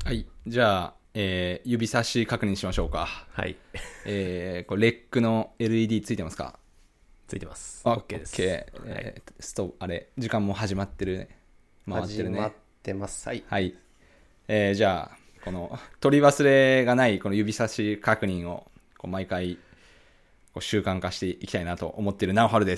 はい、じゃあ、指差し確認しましょうか。 はい。 これレックの LED ついてますか？ ついてます。 あ、 OK です。 OK、あれ時間も始まってるね。回ってるね。 始まってます。はい。 はい、じゃあこの取り忘れがないこの指差し確認をこう毎回こう習慣化していきたいなと思っている直春です。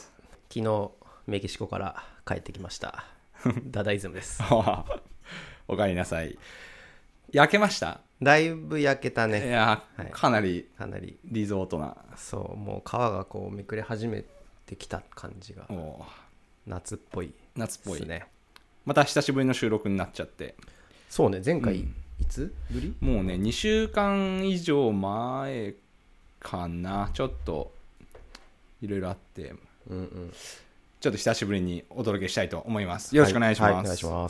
昨日メキシコから帰ってきました。ダダイズムです。 おかえりなさい。焼けました？ だいぶ焼けたね。 いや、 はい、 かなりリゾートな。 そう、もう皮がこうめくれ始めてきた感じが夏っぽいですね。 また久しぶりの収録になっちゃって。 そうね、前回、いつぶり？ もうね2週間以上前かな。ちょっといろいろあって、ちょっと久しぶりにお届けしたいと思います。よろしくお願いします。 はい、お願いします。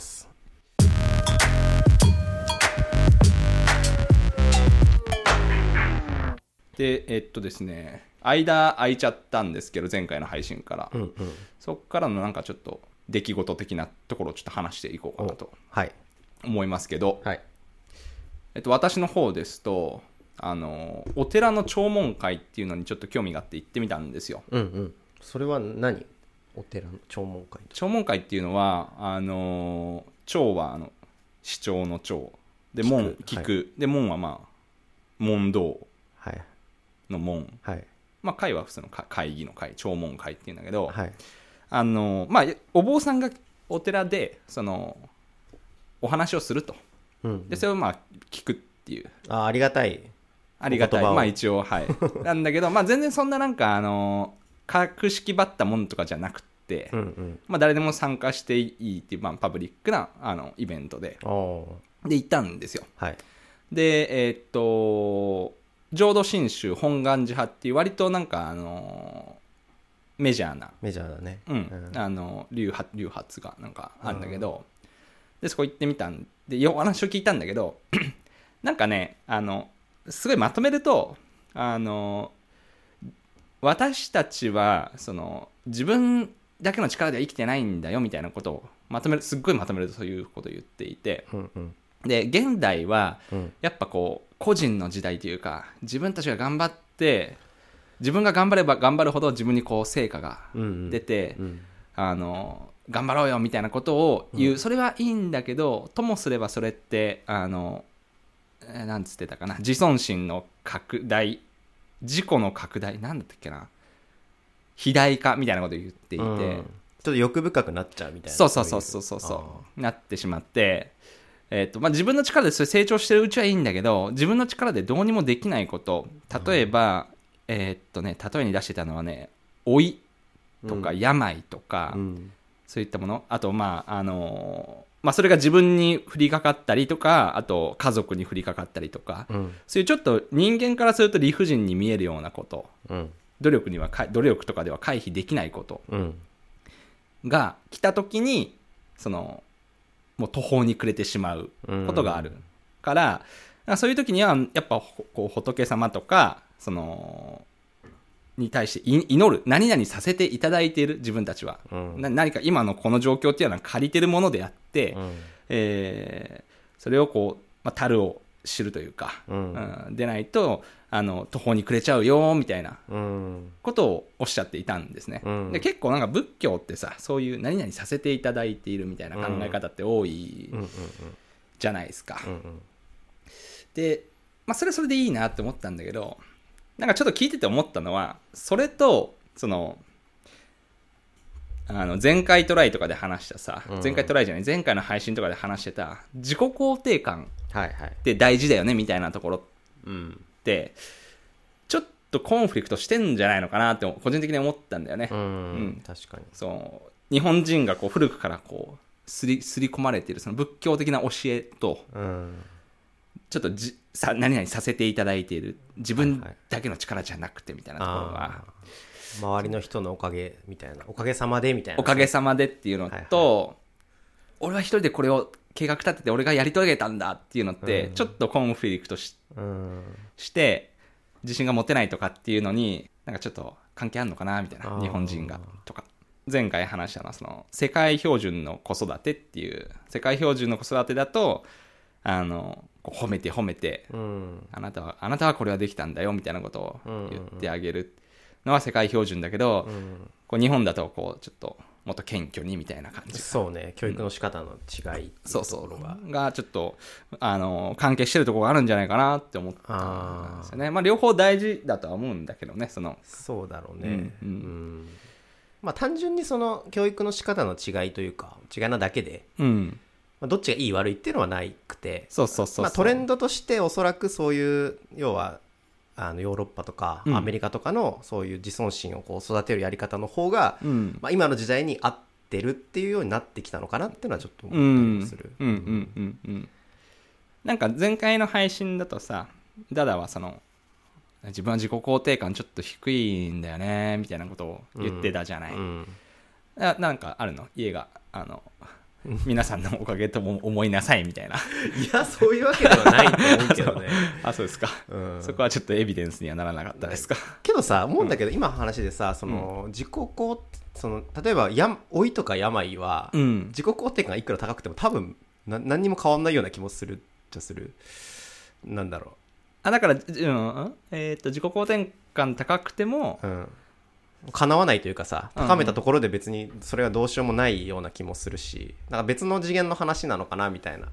でですね、間空いちゃったんですけど、前回の配信から、そっからのなんかちょっと出来事的なところをちょっと話していこうかなと思いますけど、 はい、 私の方ですとお寺の弔問会っていうのにちょっと興味があって行ってみたんですよ。 それは何？お寺の弔問会。 弔問会っていうのは弔は司帳の弔で、門聞く、はい、で門はまあ問答の門、はい、まあ会は普通の会議の会、弔問会っていうんだけど、はい、まあお坊さんがお寺でそのお話をすると、でそれをまあ聞くっていう、 ありがたいまあ一応はいなんだけど、まあ全然そんななんか格式ばったもんとかじゃなくて、まあ誰でも参加していいっていう、まあ、パブリックなイベントで行ったんですよ。はい、で浄土真宗本願寺派っていう割となんかメジャーだね、流発がなんかあるんだけど、でそこ行ってみたんでお話を聞いたんだけどなんかねすごいまとめると私たちはその自分だけの力では生きてないんだよみたいなことをすっごいまとめるとそういうことを言っていて、で現代はやっぱこう個人の時代というか、自分たちが頑張って自分が頑張れば頑張るほど自分にこう成果が出て、頑張ろうよみたいなことを言う、それはいいんだけど、ともすればそれってなんつってたかな、自尊心の拡大、自己の拡大、なんだったっけな、肥大化みたいなことを言っていて、ちょっと欲深くなっちゃうみたいな、 そうなってしまって、まあ、自分の力でそれ成長してるうちはいいんだけど、自分の力でどうにもできないこと、例えば、例えに出してたのはね、老いとか病とか、そういったもの、あとまあまあ、それが自分に降りかかったりとか、あと家族に降りかかったりとか、そういうちょっと人間からすると理不尽に見えるようなこと、努力とかでは回避できないことが来た時に、そのもう途方に暮れてしまうことがあるから、そういう時にはやっぱこう仏様とかそのに対して祈る、何々させていただいている自分たちは、何か今のこの状況っていうのは借りてるものであって、それをこう、まあ、樽を知るというか、でないと途方に暮れちゃうよみたいなことをおっしゃっていたんですね。で結構なんか仏教ってさ、そういう何々させていただいているみたいな考え方って多いじゃないですか。で、まあ、それはそれでいいなって思ったんだけど、なんかちょっと聞いてて思ったのは、それとその前回トライとかで話したさ、前回の配信とかで話してた自己肯定感って大事だよねみたいなところってちょっとコンフリクトしてんじゃないのかなって個人的に思ったんだよね。 確かにそう、日本人がこう古くからこうすり込まれているその仏教的な教えと、ちょっと何々させていただいている自分だけの力じゃなくてみたいなところが、 周りの人のおかげみたいな、おかげさまでみたいな、 おかげさまでっていうのと、俺は一人でこれを計画立てて俺がやり遂げたんだっていうのって、ちょっとコンフリクトして自信が持てないとかっていうのになんかちょっと関係あるのかなみたいな、日本人がとか。前回話したのはその世界標準の子育てっていう、世界標準の子育てだとこう褒めて、 うん、 あなたはこれはできたんだよみたいなことを言ってあげるのは世界標準だけど、こう日本だとこうちょっともっと謙虚にみたいな感じ。 そうね、教育の仕方の違いっていうところがちょっと関係してるところがあるんじゃないかなって思ったんですよね。まあ両方大事だとは思うんだけどね。 そうだろうね。まあ単純にその教育の仕方の違いというか違いなだけで、まあ、どっちがいい悪いっていうのはないくて、まあトレンドとしておそらくそういう要はヨーロッパとかアメリカとかのそういう自尊心をこう育てるやり方の方が、まあ、今の時代に合ってるっていうようになってきたのかなっていうのはちょっと思ったりもする。 なんか前回の配信だとさ、ダダは自分は自己肯定感ちょっと低いんだよねみたいなことを言ってたじゃない。なんかあるの？家が皆さんのおかげとも思いなさいみたいな。いや、そういうわけではないと思うけどね。 そうですか、そこはちょっとエビデンスにはならなかったですか。 けどさ、思うんだけど、今の話でさ、自己例えば老いとか病は、自己肯定感がいくら高くても多分何にも変わんないような気もするじゃする。なんだろう。だから、自己肯定感高くても、 叶わないというかさ、高めたところで別にそれはどうしようもないような気もするし、なんか別の次元の話なのかなみたいな。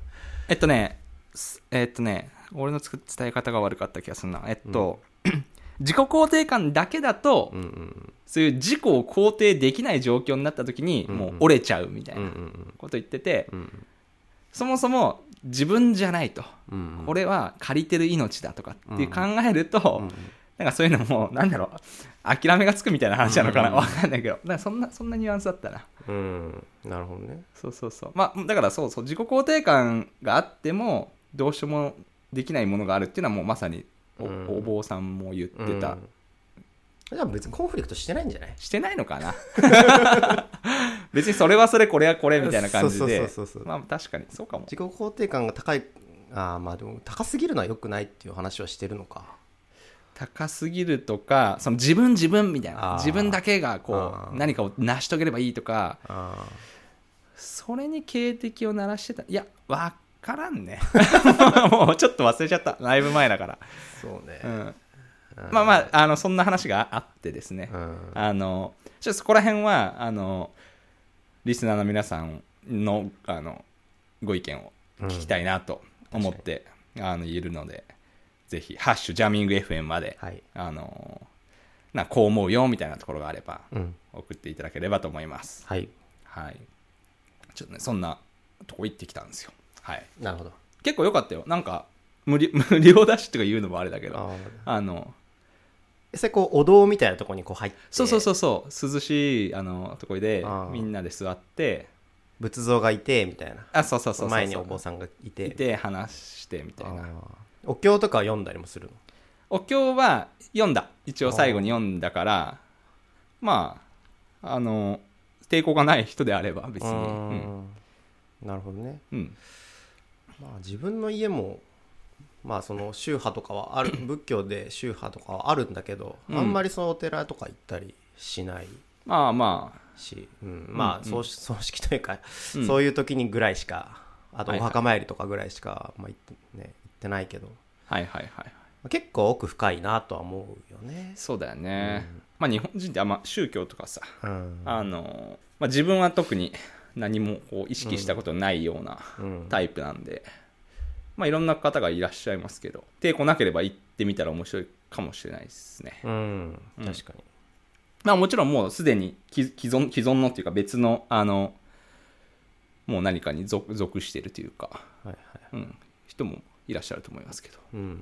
俺の伝え方が悪かった気がするな。自己肯定感だけだと、そういう自己を肯定できない状況になった時に、もう折れちゃうみたいなこと言ってて、そもそも自分じゃないと、これは借りてる命だとかって考えると、なんかそういうのもなんだろう、諦めがつくみたいな話なのかな、わかんないけど、なんかそんなニュアンスだったな。 なるほどね。 まあだから自己肯定感があってもどうしようもできないものがあるっていうのはもうまさにお坊さんも言ってた。 じゃあ別にコンフリクトしてないんじゃない？ してないのかな。別にそれはそれこれはこれみたいな感じで、まあ確かにそうかも。 自己肯定感が高い、まあでも高すぎるのは良くないっていう話はしてるのか。 高すぎるとか、自分みたいな、自分だけがこう何かを成し遂げればいいとか、それに警笛を鳴らしてた。いや、分からんね。もうちょっと忘れちゃった、ライブ前だから。 そうね、 まあそんな話があってですね、ちょっとそこら辺はリスナーの皆さんのご意見を聞きたいなと思って、いるので、ぜひハッシュジャミング FM まで、こう思うよみたいなところがあれば、送っていただければと思います。 はい、 ちょっとね、そんなとこ行ってきたんですよ。 なるほど。 結構良かったよ。なんか無料だしとか言うのもあれだけど、 それこうお堂みたいなところにこう入って、 そう涼しいところでみんなで座って、 仏像がいてみたいな。 そう前にお坊さんがいて話してみたいな。 お経とか読んだりもするの？ お経は読んだ。一応最後に読んだから、まあ抵抗がない人であれば別に。 なるほどね。まあ自分の家もまあその宗派とかはある、仏教で宗派とかはあるんだけど、あんまりそのお寺とか行ったりしない。まあ葬式というか、そういう時にぐらいしか、あとお墓参りとかぐらいしか、行ってないけど、結構奥深いなとは思うよね。 そうだよね。まあ日本人って宗教とかさ、自分は特に何もこう意識したことないようなタイプなんで、いろんな方がいらっしゃいますけど、抵抗なければ行ってみたら面白いかもしれないですね。 確かに。もちろんもうすでに既存のっていうか別のもう何かに属しているというか、人もいらっしゃると思いますけど、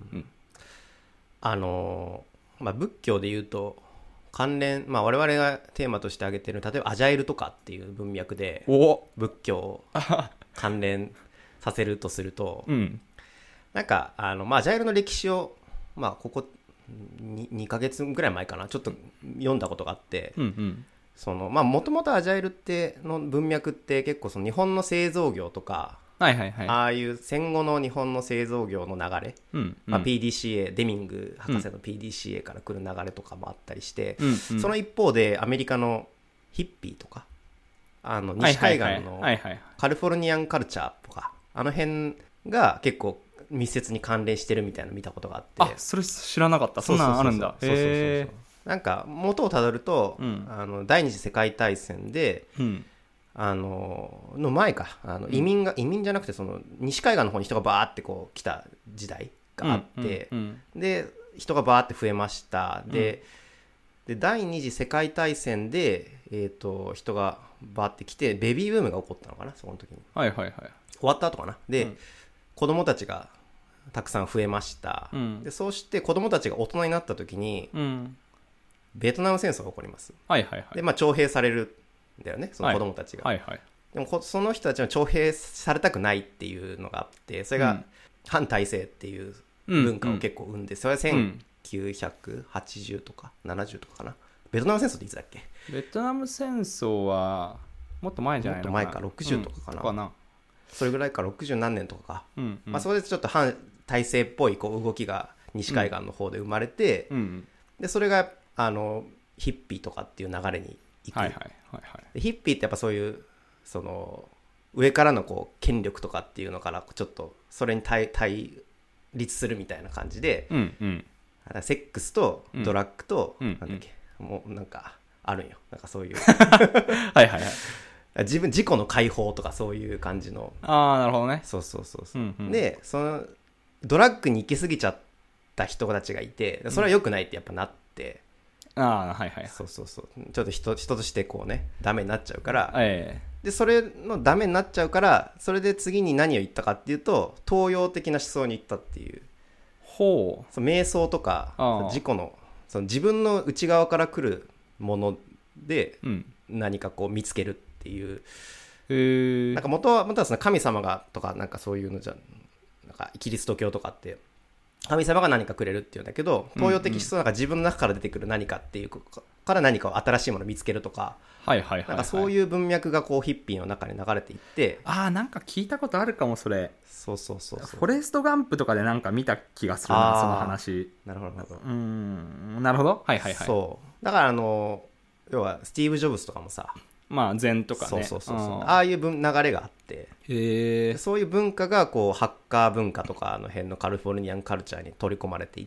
仏教でいうと関連、我々がテーマとして挙げてる、例えばアジャイルとかっていう文脈で仏教を関連させるとすると、なんかアジャイルの歴史をここ2ヶ月ぐらい前かな、ちょっと読んだことがあって、もともとアジャイルっての文脈って結構その日本の製造業とか、ああいう戦後の日本の製造業の流れ、PDCA、デミング博士の PDCA から来る流れとかもあったりして、その一方でアメリカのヒッピーとか西海岸のカリフォルニアンカルチャーとか、あの辺が結構密接に関連してるみたいなの見たことがあって。 あ、それ知らなかった。そんなんあるんだ。へえ。 なんか元をたどると、第二次世界大戦で、の前か移民じゃなくてその西海岸の方に人がバーってこう来た時代があって、で人がバーって増えました。で第二次世界大戦で、人がバーって来てベビーブームが起こったのかな、その時に。 はいはいはい。 終わった後かな。で、子供たちがたくさん増えました。でそうして子供たちが大人になった時に、ベトナム戦争が起こります。 はいはいはい。 で徴兵されるんだよね、その子供たちが。はいはいはい。でもその人たちは徴兵されたくないっていうのがあって、それが反体制っていう文化を結構生んで、それは1980とか70とかかな。ベトナム戦争っていつだっけ？ ベトナム戦争はもっと前じゃないのかな。 もっと前か、60とかかな。それぐらいか、60何年とかか。それでちょっと反体制っぽいこう動きが西海岸の方で生まれて、でそれがヒッピーとかっていう流れに行く。でヒッピーってやっぱそういうその上からのこう権力とかっていうのからちょっとそれに対立するみたいな感じで、セックスとドラッグと、なんだっけ、もうなんかあるんよ、なんかそういうはいはいはい、自己の解放とかそういう感じの。 ああ、なるほどね。 そうそうそうそう、でそのドラッグに行き過ぎちゃった人たちがいて、それは良くないってやっぱなって、 ああはいはい、 そうそうそう、ちょっと人としてこうねダメになっちゃうから、でそれのダメになっちゃうから、それで次に何を言ったかっていうと東洋的な思想に行ったっていう。 ほう。 その瞑想とか自己のその自分の内側から来るもので何かこう見つけるっていう、なんか元はその神様がとかなんかそういうのじゃなんかキリスト教とかって神様が何かくれるっていうんだけど、東洋的思想なんか自分の中から出てくる何かっていうから何かを新しいものを見つけるとか、なんかそういう文脈がこうヒッピーの中に流れていって、 ああなんか聞いたことあるかもそれ。 そうそうそうそう、 フォレストガンプとかでなんか見た気がするな、その話。 なるほどなるほど、 なるほど、はいはいはい。 そうだから要はスティーブ・ジョブズとかもさ、 まあ禅とかね、 そうああいう流れがあって、そういう文化がこうハッカー文化とかの辺のカリフォルニアンカルチャーに取り込まれていって、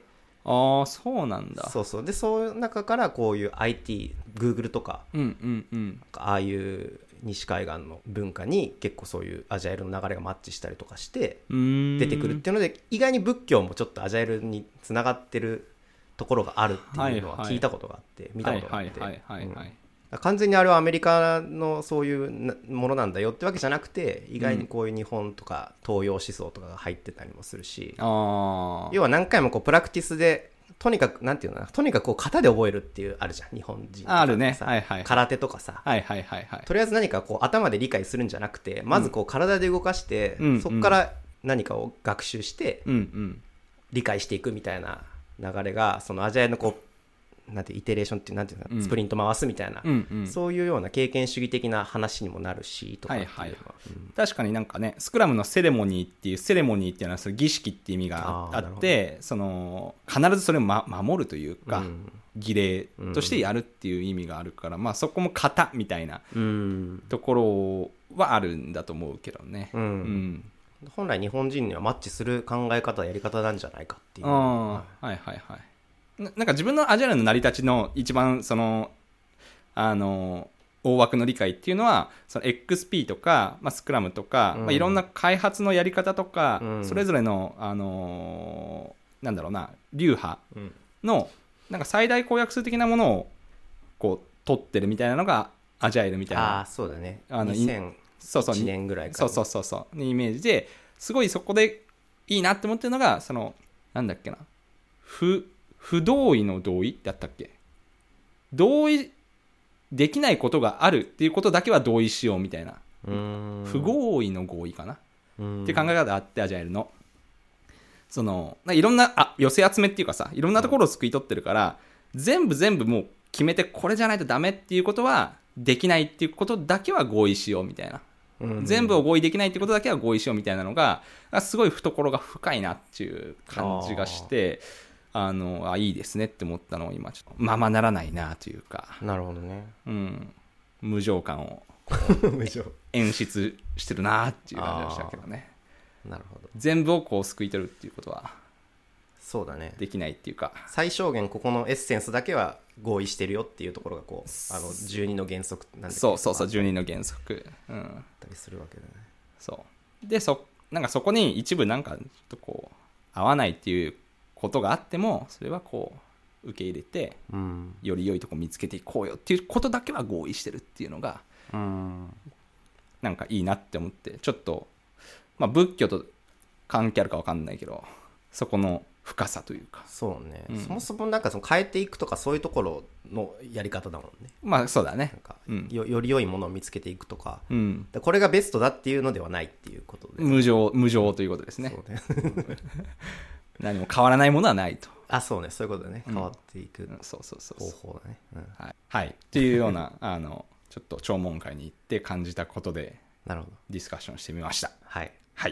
ああそうなんだ。 そうそう、でそういう中からこういう IT、Google とか、ああいう西海岸の文化に結構そういうアジャイルの流れがマッチしたりとかして出てくるっていうので、意外に仏教もちょっとアジャイルにつながってるところがあるっていうのは聞いたことがあって、見たことがあって、完全にあれはアメリカのそういうものなんだよってわけじゃなくて、意外にこういう日本とか東洋思想とかが入ってたりもするし、要は何回もこうプラクティスでとにかくなんていうのかな、とにかくこう型で覚えるっていうあるじゃん、日本人とかさ、 あるね、 空手とかさ、とりあえず何かこう頭で理解するんじゃなくて、まずこう体で動かして、そこから何かを学習して、理解していくみたいな流れが、そのアジャイルのこうなんてイテレーションってなんていうの、スプリント回すみたいな、そういうような経験主義的な話にもなるしとかっていうのは、 確かになんかね、スクラムのセレモニーっていう、セレモニーっていうのはその儀式っていう意味があって、その必ずそれを、守るというか、儀礼としてやるっていう意味があるから、まあそこも型みたいなところはあるんだと思うけどね。 本来日本人にはマッチする考え方やり方なんじゃないかっていう。 なんか自分のアジャイルの成り立ちの一番その大枠の理解っていうのは、その XP とか、スクラムとか、いろんな開発のやり方とか、それぞれのなんだろうな、流派のなんか最大公約数的なものをこう取ってるみたいなのがアジャイルみたいな。 そうだね。2001年ぐらいから、 そうイメージで、すごいそこでいいなって思ってるのが、そのなんだっけな、不同意の同意だったっけ、同意できないことがあるっていうことだけは同意しようみたいな、不合意の合意かなっていう考え方があって、アジャイルのそのいろんな寄せ集めっていうかさ、いろんなところをすくい取ってるから、全部もう決めてこれじゃないとダメっていうことはできないっていうことだけは合意しようみたいな、全部を合意できないってことだけは合意しようみたいなのがすごい懐が深いなっていう感じがして、いいですねって思ったのを今ちょっとままならないなというか。 なるほどね。 無情感を演出してるなっていう感じがしたけどね。 なるほど。 全部をこう救い取るっていうことはそうだね。 できないっていうか、 最小限ここのエッセンスだけは合意してるよっていうところがこう12の原則なんでそう12の原則、うん、 たりするわけだね。 そうでなんかそこに一部なんかちょっとこう合わないっていうことがあっても、それはこう受け入れて、 うん、 より良いとこ見つけていこうよっていうことだけは合意してるっていうのが、 うん、 なんかいいなって思って、ちょっと、まあ、仏教と関係あるか分かんないけど、そこの深さというか。 そうね、 うん、 そもそもなんかその変えていくとかそういうところのやり方だもんね。 まあそうだね。 なんか、 うん、 より良いものを見つけていくとか、 うん、 これがベストだっていうのではないっていうことで、 無常ということですね。 そうね何も変わらないものはないと。 あ、そうね、そういうことでね、変わっていく、 そう方法だね、 はい、はい、っていうようなちょっと聴聞会に行って感じたことで、 なるほど、 ディスカッションしてみました。 はい、 はい。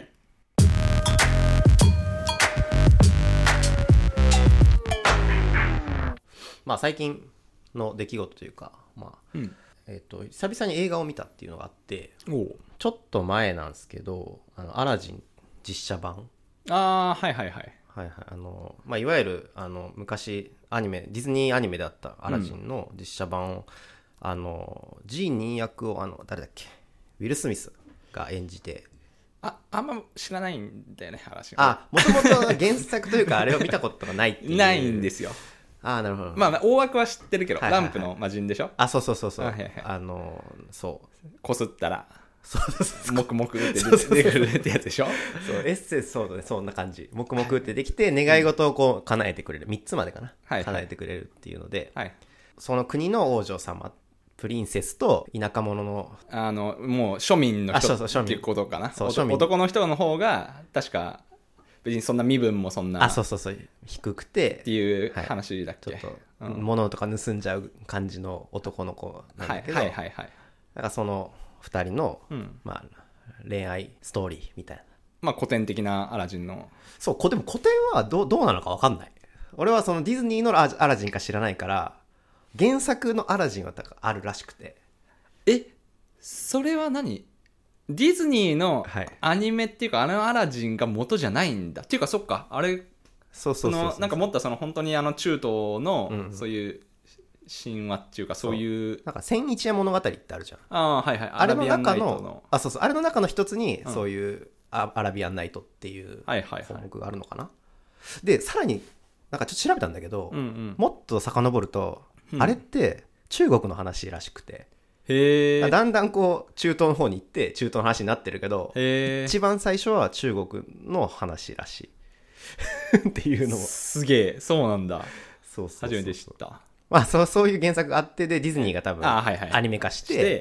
まあ最近の出来事というか、まあ、 うん、 久々に映画を見たっていうのがあって、ちょっと前なんですけど、アラジン実写版。 はいはいはい。 はいはい、まあ、いわゆる昔ディズニーアニメだったアラジンの実写版を、ジーニー役を誰だっけ、ウィル・スミスが演じて、 あんま知らないんだよね、話が。もともと原作というかあれを見たことがないっていう。 ないんですよ。 なるほど。 まあ大枠は知ってるけど、 はいはいはい、 ランプの魔人でしょ。 そうそう、 はいはいはい、 そうこすったらそう黙々って出てくるってやつでしょ。 そうエッセンス、そうだね、そんな感じ。黙々ってできて、願い事をこう叶えてくれる、3つまでかな、はいはい、叶えてくれるっていうので、はい、その国の王女様、プリンセスと田舎者のもう庶民の人っていうことかな。男の人の方が確か別にそんな身分もそんな低くてっていう話だっけ、 はい、ちょっと物とか盗んじゃう感じの男の子なんだけど、はいはいはいはい、だからその2人の、まあ、恋愛ストーリーみたいな、 まあ古典的なアラジンの。 そうでも古典はどうなのか分かんない。俺はそのディズニーのアラジンか知らないから、原作のアラジンはあるらしくて。 それは何？ディズニーのアニメっていうか、アラジンが元じゃないんだっていうか、そっか、あれ、なんかもっと本当に中東のそういう神話っていうか、そういうなんか千一夜物語ってあるじゃん。 はいはい、 あれの中のあれの中の一つにそういうアラビアンナイトっていう項目があるのかな。でさらになんかちょっと調べたんだけど、もっと遡ると、あれって中国の話らしくて、だんだんこう中東の方に行って中東の話になってるけど、一番最初は中国の話らしいっていうのも。 すげえ、そうなんだ。そう初めて知った。 まあそういう原作があって、でディズニーが多分アニメ化して、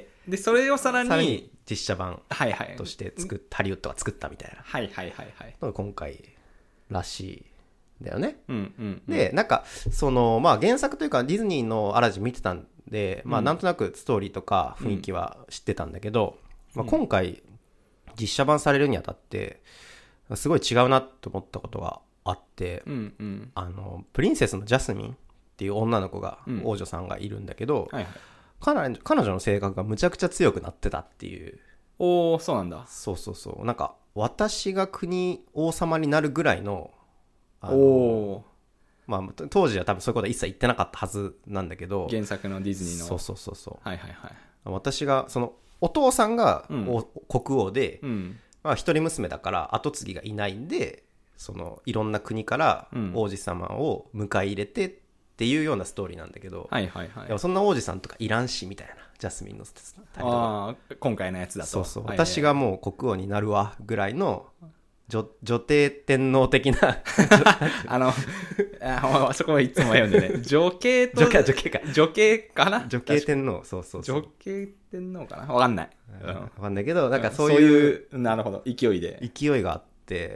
でそれをさらに実写版としてハリウッドが作ったみたいな、 はいはいはいはい、 今回らしいだよね。 うんでなんかまあ原作というかディズニーのアラジン見てたんで、まあなんとなくストーリーとか雰囲気は知ってたんだけど、まあ、今回実写版されるにあたってすごい違うなと思ったことがあって、プリンセスのジャスミンっていう女の子が、王女さんがいるんだけど、彼女の性格がむちゃくちゃ強くなってたっていう。 そうなんだ。 そうなんか私が王様になるぐらいのまあ、当時は多分そういうことは一切言ってなかったはずなんだけど、 原作のディズニーのそうはいはいはい、 私がお父さんが国王で、まあ、一人娘だから跡継ぎがいないんで、いろんな国から王子様を迎え入れてっていうようなストーリーなんだけど、でもそんな王子さんとかいらんしみたいな、ジャスミンの今回のやつだと、 私がもう国王になるわぐらいの女帝天皇的なそこはいつも読んでね、女帝かな、 女帝天皇、 女帝天皇かな、分かんない、 分かんないけど、なんかそういうなるほど、勢いがあって、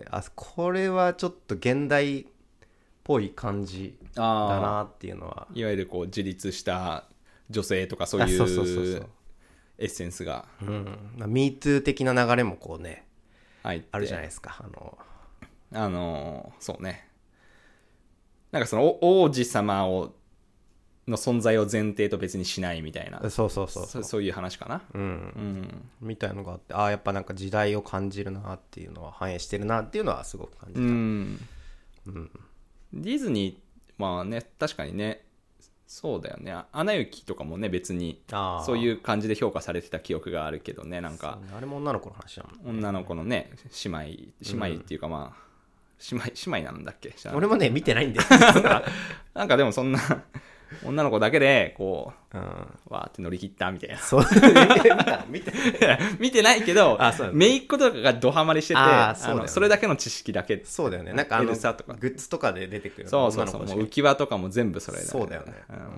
これはちょっと現代っぽい感じだなっていうのは、 いわゆるこう自立した女性とかそういうエッセンスが、 MeToo 的な流れもこうね、 あるじゃないですか。 そうね、なんかその王子様をの存在を前提と別にしないみたいな、 そういう話かな。 みたいのがあって、やっぱなんか時代を感じるなっていうのは反映してるなっていうのはすごく感じた。 ディズニーまあね確かにねそうだよね。アナ雪とかもね別にそういう感じで評価されてた記憶があるけどね。なんかあれも女の子の話だもんね。 女の子のね姉妹っていうかまあ姉妹なんだっけ。 俺もね見てないんでなんかでもそんな女の子だけでこう、わーって乗り切ったみたいな。 そう見てないけど姪っ子とかがドハマりしててそれだけの知識だけ。 そうだよね。なんかグッズとかで出てくるそうもう浮き輪とかも全部それだよね。 そうだよね。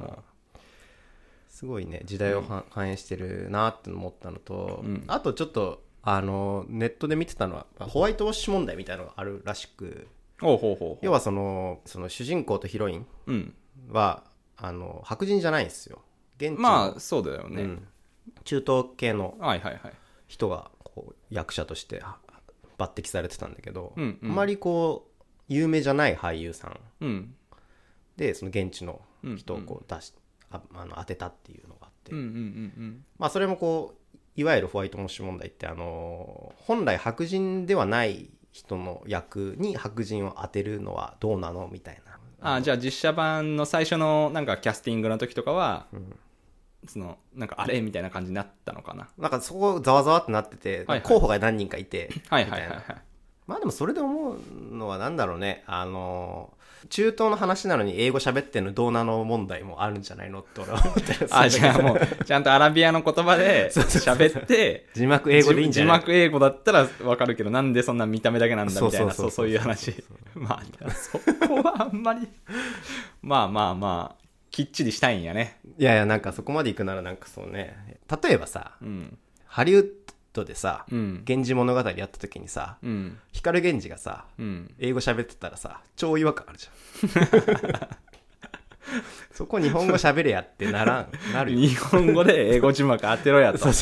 すごいね時代を反映してるなって思ったのと、あとちょっとネットで見てたのはホワイトウォッシュ問題みたいなのがあるらしく、要はその主人公とヒロインは、白人じゃないんですよ。現地のまあそうだよね、 中東系の人がこう役者として抜擢されてたんだけど、あまりこう有名じゃない俳優さん、でその現地の人をこう当てたっていうのがあって、まあそれもこういわゆるホワイトウォッシュ問題って本来白人ではない人の役に白人を当てるのはどうなのみたいな。 じゃあ実写版の最初のなんかキャスティングの時とかは、なんかあれみたいな感じになったのかな。 なんかそこざわざわってなってて、候補が何人かいてみたいな。まあでもそれで思うのはなんだろうね、中東の話なのに英語喋ってるのどうなの問題もあるんじゃないのって俺は思ってる。 じゃあもうちゃんとアラビアの言葉で喋って字幕英語でいいんじゃない。 字幕英語だったらわかるけどなんでそんな見た目だけなんだみたいな、そういう話。まあそこはあんまりまあきっちりしたいんやね。 いやなんかそこまで行くならなんかそうね、例えばさ、ハリウッドでさ、源氏物語やった時にさ、光源氏がさ、英語喋ってたらさ超違和感あるじゃんそこ日本語喋れやってなるよ。 日本語で英語字幕当てろやとそう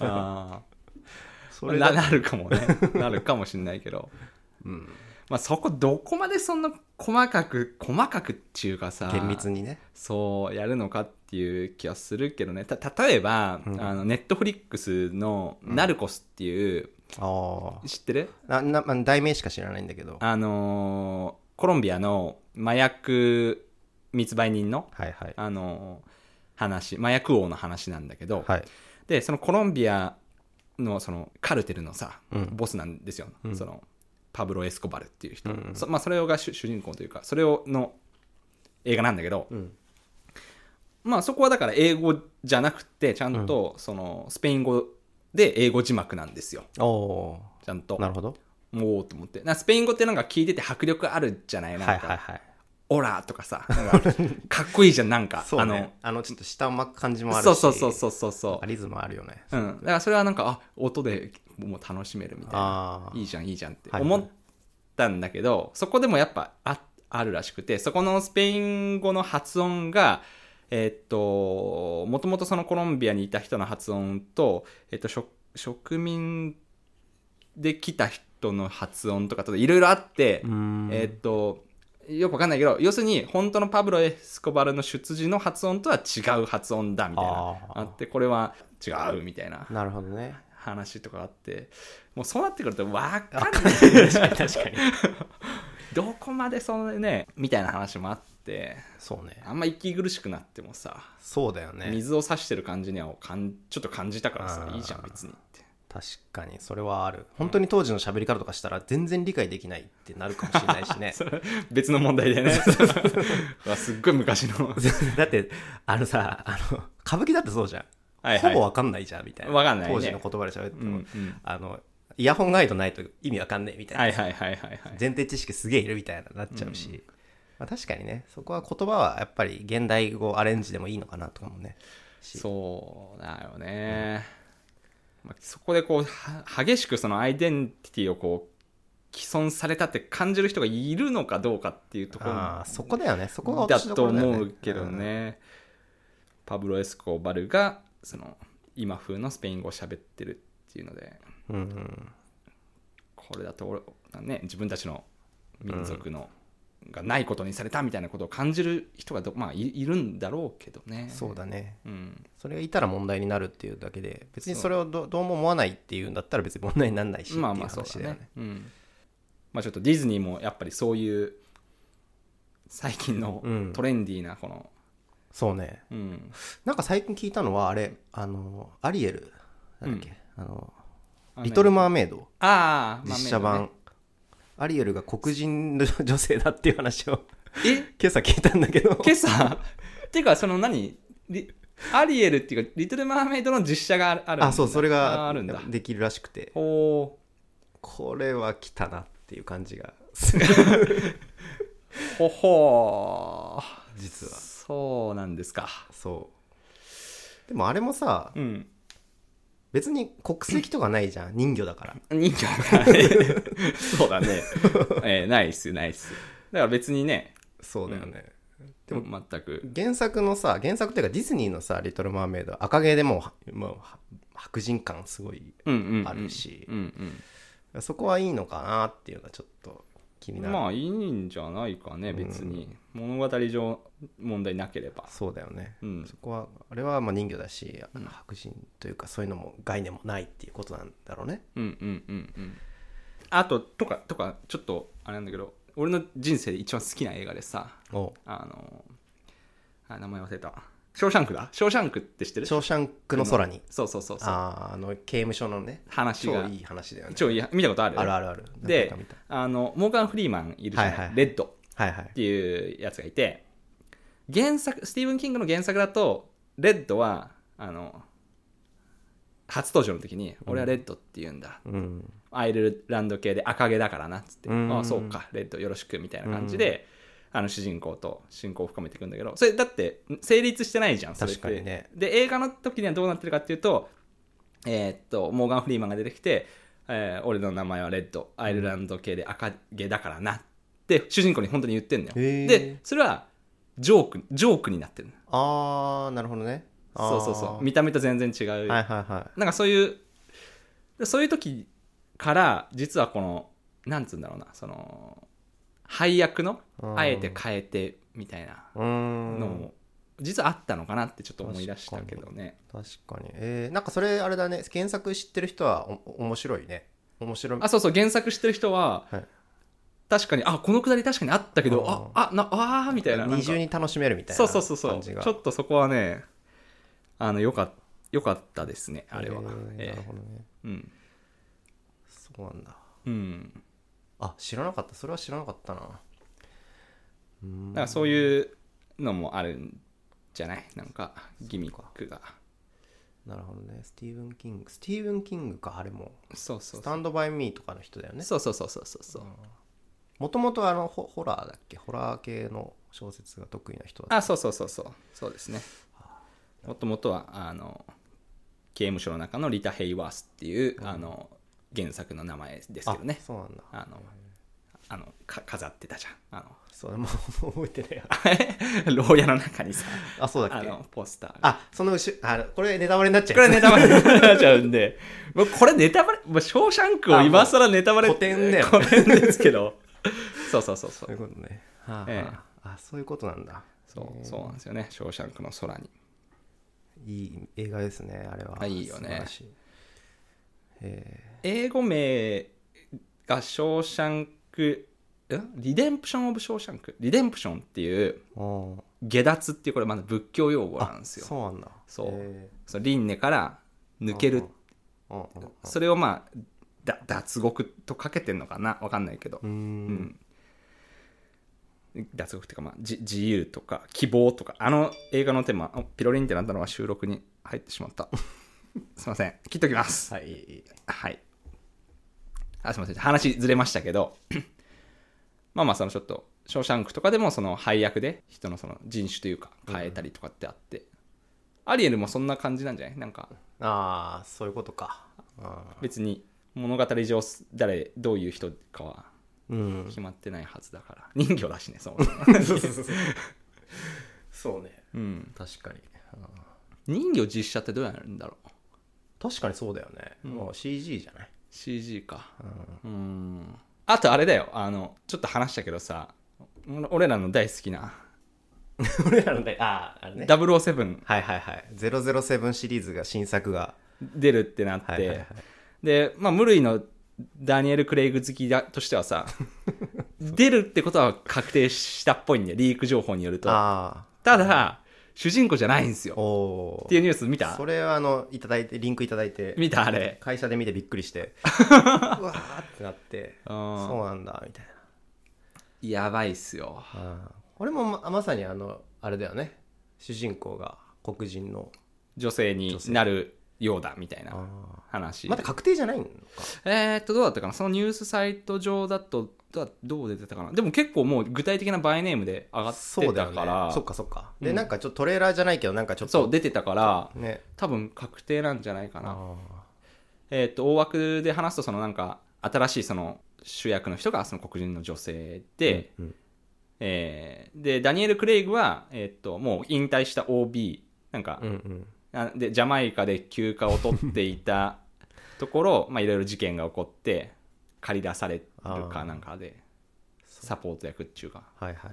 それなるかもねなるかもしんないけど、まあそこどこまでそんな細かくっていうかさ厳密にねそうやるのかっていう気はするけどね。例えば、ネットフリックスのナルコスっていう、知ってる？ 題名しか知らないんだけど、 コロンビアの麻薬密売人の、話、麻薬王の話なんだけど、でそのコロンビアのそのカルテルのさ、ボスなんですよ、そのパブロ・エスコバルっていう人、それが主人公というかそれの映画なんだけど、まあそこはだから英語じゃなくてちゃんとそのスペイン語で英語字幕なんですよ、ちゃんと。なるほど。おーと思って、スペイン語ってなんか聞いてて迫力あるじゃない、なんか、オラとかさ、なんかかっこいいじゃん、なんかそうね、ちょっと下を巻く感じもあるし、 そうリズムあるよね。 だからそれはなんか音でもう楽しめるみたいな、いいじゃんって思ったんだけど、そこでもやっぱあるらしくて、そこのスペイン語の発音がもともとそのコロンビアにいた人の発音と、植民で来た人の発音とかといろいろあって、よくわかんないけど、要するに本当のパブロ・エスコバルの出自の発音とは違う発音だみたいなあって、これは違うみたいな話とかあって、もうそうなってくると分かんない確かにどこまでそれねみたいな話もあって、 そうね、 あんま息苦しくなってもさ、 そうだよね、 水を差してる感じにはちょっと感じたからさ、いいじゃん別にって。 確かにそれはある。本当に当時の喋り方とかしたら全然理解できないってなるかもしれないしねそれ別の問題でねすっごい昔のだってさ歌舞伎だってそうじゃん、ほぼ分かんないじゃんみたいな、 分かんないね、当時の言葉で喋っても、イヤホンガイドないと意味わかんねえみたいな、前提知識すげえいるみたいなっちゃうし、確かにね、そこは言葉はやっぱり現代語アレンジでもいいのかなとかもね。 そうだよね、そこでこう激しくそのアイデンティティをこう既存されたって感じる人がいるのかどうかっていうところ、 そこだよね、そこがだと思うけどね、パブロ・エスコバルがその今風のスペイン語を喋ってるっていうので、これだと自分たちの民族のがないことにされたみたいなことを感じる人がまあ、いるんだろうけどね。 そうだね、 うん、 それがいたら問題になるっていうだけで、別にそれをどうも思わないっていうんだったら別に問題にならないしっていう話だよね。 まあまあそうだね、うん、まあちょっとディズニーもやっぱりそういう最近のトレンディーなこの、 そうね、なんか最近聞いたのはあれアリエルなんだっけ、リトル・マーメイド実写版、アリエルが黒人の女性だっていう話を今朝聞いたんだけど。 今朝っていうかそのアリエルっていうかリトル・マーメイドの実写があるんだ。 あ、そう、それができるらしくて、これは来たなっていう感じがする。 ほほー、 実はそうなんですか。 そうでもあれもさ、別に国籍とかないじゃん、人魚だから。 人魚だからね。そうだね。ないっす。だから別にね。 そうだよね。 でも全く。 原作っていうかディズニーのさ、リトル・マーメイド、赤毛でもう白人感すごいあるし、そこはいいのかなっていうのがちょっと気になる。 まあいいんじゃないかね、別に。物語上問題なければ。 そうだよね。そこは、あれはまあ人魚だし、白人というかそういうのも概念もないっていうことなんだろうね。 あととかちょっとあれなんだけど、俺の人生で一番好きな映画でさ、名前忘れた。ショーシャンクだ。ショーシャンクって知ってる？ ショーシャンクの空に。 そう。 刑務所のね、 話が超いい話だよね。 超いい。見たことある？ ある。 で、モーガン・フリーマンいるじゃない、レッドっていうやつがいて、スティーブン・キングの原作だとレッドは初登場の時に、俺はレッドって言うんだ、アイルランド系で赤毛だからなっつって、ああそうかレッドよろしくみたいな感じで、主人公と親交を深めていくんだけど、それだって成立してないじゃん、それって。 確かにね。 で映画の時にはどうなってるかっていうと、モーガン・フリーマンが出てきて、俺の名前はレッド、アイルランド系で赤毛だからなって主人公に本当に言ってんのよ。でそれはジョークになってる。 ああ、なるほどね。 そう見た目と全然違う、 なんかそういう時から実はこのなんつうんだろうな、その配役のあえて変えてみたいなのも実はあったのかなってちょっと思い出したけどね。 確かに。なんかそれあれだね、原作知ってる人は面白いね。面白い。 そう原作知ってる人は、確かにこのくだり確かにあったけど、みたいな、 二重に楽しめるみたいな感じが。 ちょっとそこはねよかったですね、あれは。 なるほどね。そうなんだ。知らなかった。それは知らなかったな。 だからそういうのもあるんじゃない、なんかギミックが。 なるほどね。スティーブン・キングか、あれも。 スタンドバイミーとかの人だよね。 そう。 もともとホラーだっけ、ホラー系の小説が得意な人だった。 そうですね。もともとは刑務所の中のリタ・ヘイワースっていう、原作の名前ですけどね。 そうなんだ。 飾ってたじゃん。 そう、もう覚えてないよ。 牢屋の中にさ、 そうだっけ、 ポスター。 そのこれネタバレになっちゃう。 これネタバレになっちゃうんで、もうこれネタバレ、ショーシャンクを今更ネタバレ古典だよ。 古典ですけど。そう。 そういうことね。そういうことなんだ。 そうなんですよね。ショーシャンクの空に。 いい映画ですね、あれは。 いいよね。 英語名がショーシャンク、リデンプション・オブ・ショーシャンク、リデンプションっていう下脱っていう、これまだ仏教用語なんですよ。 そうなんだ。 そう輪廻から抜ける、それを脱獄とかけてんのかな、わかんないけど、脱獄っていうか、自由とか希望とか、映画のテーマピロリンってなったのは収録に入ってしまった。すいません、切っときます。はい。すいません、話ずれましたけどそのちょっとショーシャンクとかでもその配役で人のその人種というか変えたりとかってあって、アリエルもそんな感じなんじゃない？なんかそういうことか。 別に物語上どういう人かは決まってないはずだから、人魚だしね。そうね。確かに。 人魚実写ってどうやるんだろう。 確かにそうだよね。もう CG じゃない？ CG か。あとあれだよ、ちょっと話したけどさ、 俺らの大好きな俺らのね、あれね。 007 はいはいはい。007シリーズが、新作が。 出るってなって、 はいはいはい、 で、まあ、無類のダニエル・クレイグ好きだとしてはさ、出るってことは確定したっぽいんだよ、リーク情報によると。ただ、主人公じゃないんですよ。っていうニュース見た？ それはいただいて、リンクいただいて。 見たあれ。 会社で見てびっくりして。うわーってなって、そうなんだ、みたいな。 やばいっすよ。 俺もまさにあれだよね。主人公が黒人の女性になるようだみたいな話。 まだ確定じゃないのか。 どうだったかな、そのニュースサイト上だとどう出てたかな。でも結構もう具体的なバイネームで上がってたから、 そっかそっか。で、なんかちょっとトレーラーじゃないけど、なんかちょっとそう出てたから、 ね、 多分確定なんじゃないかな。大枠で話すと、そのなんか新しいその主役の人がその黒人の女性で、でダニエル・クレイグはもう引退した OB なんか、でジャマイカで休暇を取っていたところまあいろいろ事件が起こって借り出されるかなんかでサポート役っていうか、 はいはい、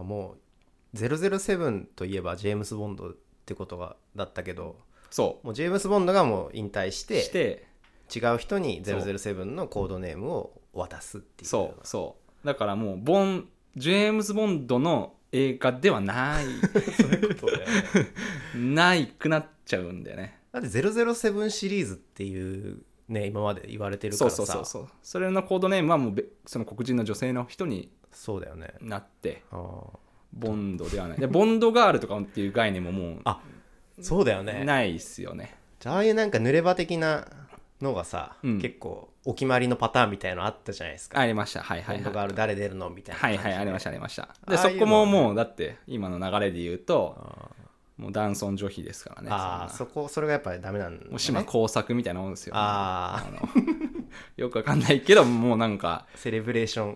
もう007といえばジェームス・ボンドってことがだったけど、 そうもうジェームス・ボンドがもう引退して違う人に007のコードネームを渡すっていう。 そうだからもうジェームズ・ボンドの映画ではないそういうことだよねないくなっちゃうんだよね。 だって007シリーズっていうね、今まで言われてるからさ、 そうそれのコードネームはもうその黒人の女性の人にそうだよねなって、ボンドではないでボンドガールとかっていう概念ももうそうだよね、 ないっすよね。 じゃああいうなんか濡れ場的なのがさ、結構お決まりのパターンみたいのあったじゃないですか。 ありました。はいはいはい。 ボンドガール誰出るのみたいな感じで。 ありましたでそこももうだって今の流れで言うともう男尊女卑ですからね。 それがやっぱりダメなんだ、ね、 もう島工作みたいなもんですよ、ね、よくわかんないけどもうなんかセレブレーション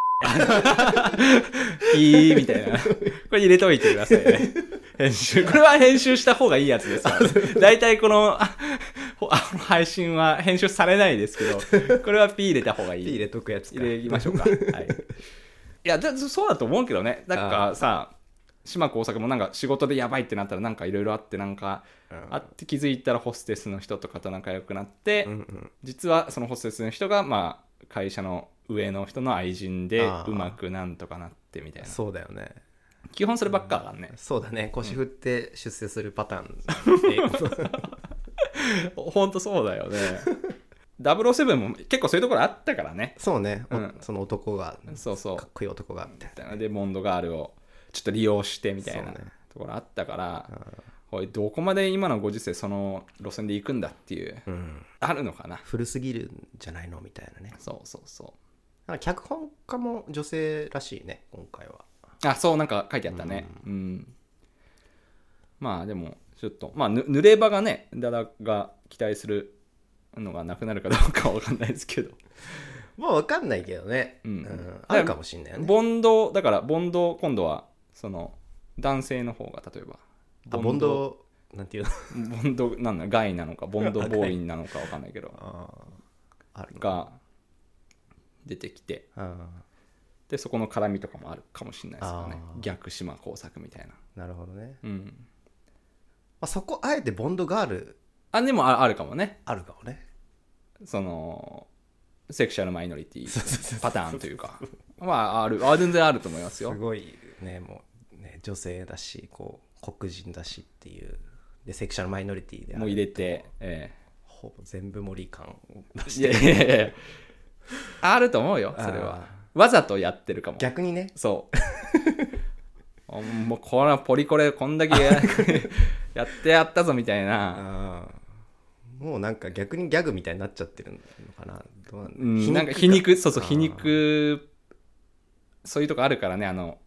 いいみたいなこれ入れといてくださいね編集。これは編集した方がいいやつですから、ね、だいたいこの配信は編集されないですけど、これは P 入れた方がいい。 P 入れとくやつか。 入れましょうか。はい。いやそうだと思うけどね。なんかさ、島耕作もなんか仕事でやばいってなったらなんかいろいろあってなんかあって気づいたらホステスの人とかと仲良くなって、実はそのホステスの人がまあ会社の上の人の愛人でうまくなんとかなってみたいな。 そうだよね。 基本そればっかだからね。 そうだね。腰振って出世するパターン。 ほんとそうだよね。007も結構そういうところあったからね。 そうね、その男がかっこいい男がみたいな、 でボンドガールをちょっと利用してみたいなところあったから、おいどこまで今のご時世その路線で行くんだっていう、あるのかな。 古すぎるんじゃないのみたいなね。 そう脚本家も女性らしいね今回は。 そうなんか書いてあったね。まあでもちょっとまあ濡れ場がねダダが期待するのがなくなるかどうかは分かんないですけどまあ分かんないけどね、あるかもしんないよね。 ボンド今度はその男性の方が例えばボンドなんていうのボンドなんだガイなのかボンドボーイなのか分かんないけどが出てきて、でそこの絡みとかもあるかもしれないですよね。逆島工作みたいな。 なるほどね。そこあえてボンドガールでもあるかもね。 あるかもね。 そのセクシャルマイノリティパターンというかまあ全然あると思いますよ。 すごいね、もうね女性だしこう黒人だしっていうでセクシャルマイノリティでもう入れて、 ほぼ全部盛り感を出していやあると思うよ。それはわざとやってるかも。 逆にね。 そうもうこれはポリコレこんだけやってやったぞみたいな。 もうなんか逆にギャグみたいになっちゃってるのかな。どうなんか皮肉皮肉そういうとこあるからね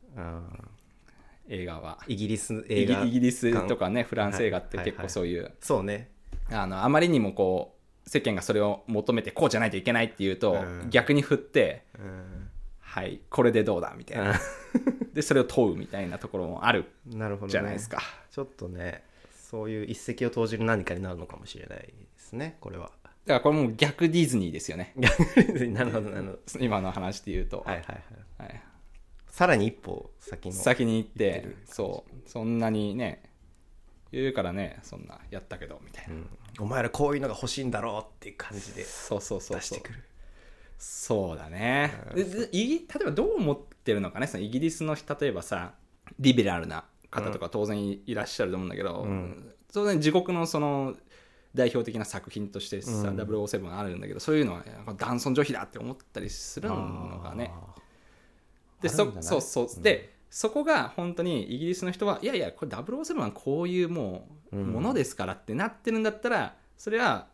映画は。 イギリス映画イギリスとかねフランス映画って結構そういう、 そうね、 あまりにもこう世間がそれを求めてこうじゃないといけないっていうと、逆に振って、はいこれでどうだみたいなでそれを問うみたいなところもあるじゃないですか。 ちょっとねそういう一石を投じる何かになるのかもしれないですねこれは。 だからこれもう逆ディズニーですよね。 逆ディズニー。なるほどなるほど。 今の話で言うとさらに一歩先に行ってそうそんなにね言うからねそんなやったけどみたいな、 お前らこういうのが欲しいんだろうっていう感じで出してくる。 そうだね、例えばどう思ってるのかねそのイギリスの例えばさリベラルな方とか当然いらっしゃると思うんだけど、当然自国のその代表的な作品としてさ、007あるんだけどそういうのは男尊女卑だって思ったりするのがねでそこが本当にイギリスの人はいやいやこれ007はこういうものですからってなってるんだったらそれは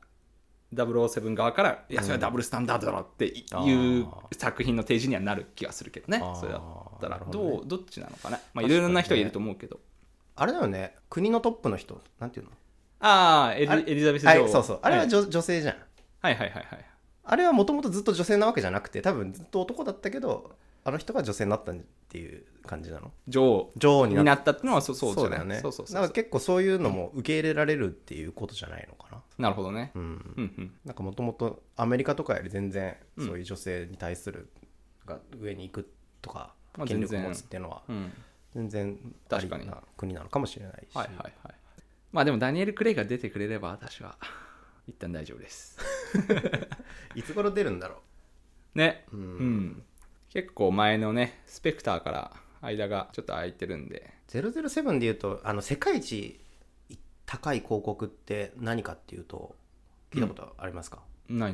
007側からいやそれはダブルスタンダードだろっていう作品の提示にはなる気がするけどね。それだったらどっちなのかな。まあいろいろな人がいると思うけど、 あれだよね国のトップの人なんていうのエリザベス女王、 そうあれは女性じゃん。 はいあれはもともとずっと女性なわけじゃなくて多分ずっと男だったけどあの人が女性になったっていう感じなの。女王になったってのはそうだよね。だから結構そういうのも受け入れられるっていうことじゃないのかな。 なるほどね。 なんかもともとアメリカとかより全然そういう女性に対するが上に行くとか、権力を持つっていうのは全然ありな国なのかもしれないし、 まあでもダニエル・クレイが出てくれれば私は一旦大丈夫ですいつ頃出るんだろうね。結構前のねスペクターから間がちょっと空いてるんで。 007でいうと世界一高い広告って何かっていうと聞いたことありますか？ ない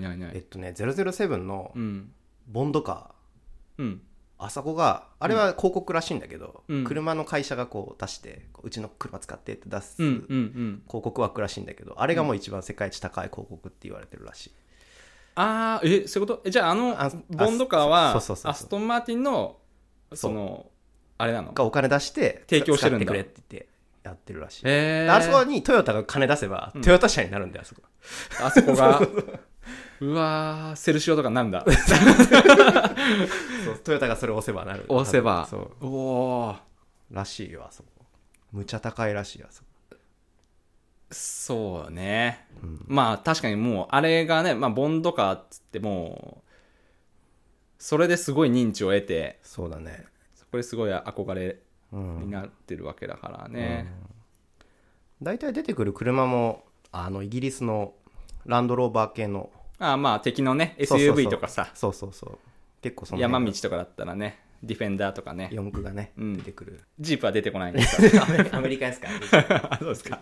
007のボンドカー、 あそこがあれは広告らしいんだけど、車の会社がこう出してうちの車使ってって出す広告枠らしいんだけど、あれがもう一番世界一高い広告って言われてるらしい。 そういうこと？じゃあボンドカーはアストンマーティンのそのあれなのがお金出して提供してるんだ。 使ってくれって言ってやってるらしい。あそこにトヨタが金出せば、トヨタ車になるんだよあそこがうわーセルシオとかなんだトヨタがそれを押せばなる。 押せばそうおーらしいよ。あそこむちゃ高いらしい。あそこそうね、まあ確かにもうあれがね、ボンドカーっつってもうそれですごい認知を得て、 そうだね、 そこですごい憧れになってるわけだからね。 大体出てくる車もイギリスのランドローバー系のまあ敵のね SUV とかさ、 そう結構その山道とかだったらねディフェンダーとかね四駆がね、出てくる。 ジープは出てこないんですかアメリカですからそうですか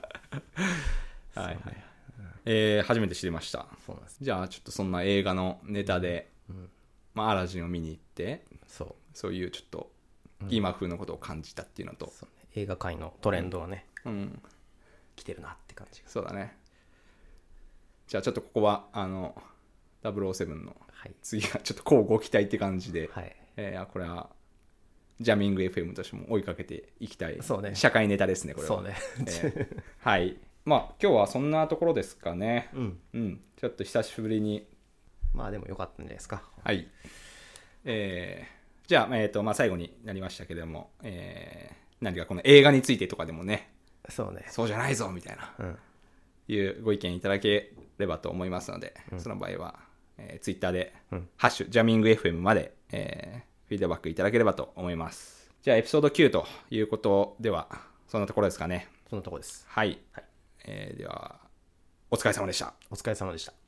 初めて知りました。 そうなんです。 じゃあちょっとそんな映画のネタで、アラジンを見に行ってそういうちょっと今風のことを感じたっていうのと、 映画界のトレンドはね、来てるなって感じが。 そうだね。じゃあちょっとここは007の次がちょっとこうご期待って感じで、これはジャミング FM としても追いかけていきたい、社会ネタですねこれは。 そうねはいまあ今日はそんなところですかね。ちょっと久しぶりにでもよかったんじゃないですか。 はいじゃあ、最後になりましたけれども、何かこの映画についてとかでもね、そうじゃないぞみたいな、いうご意見いただければと思いますので、その場合は、ツイッターで、ハッシュジャミング FM まで、フィードバックいただければと思います。じゃあエピソード9ということではそんなところですかね。 そんなところです。 はい、ではお疲れ様でした。 お疲れ様でした。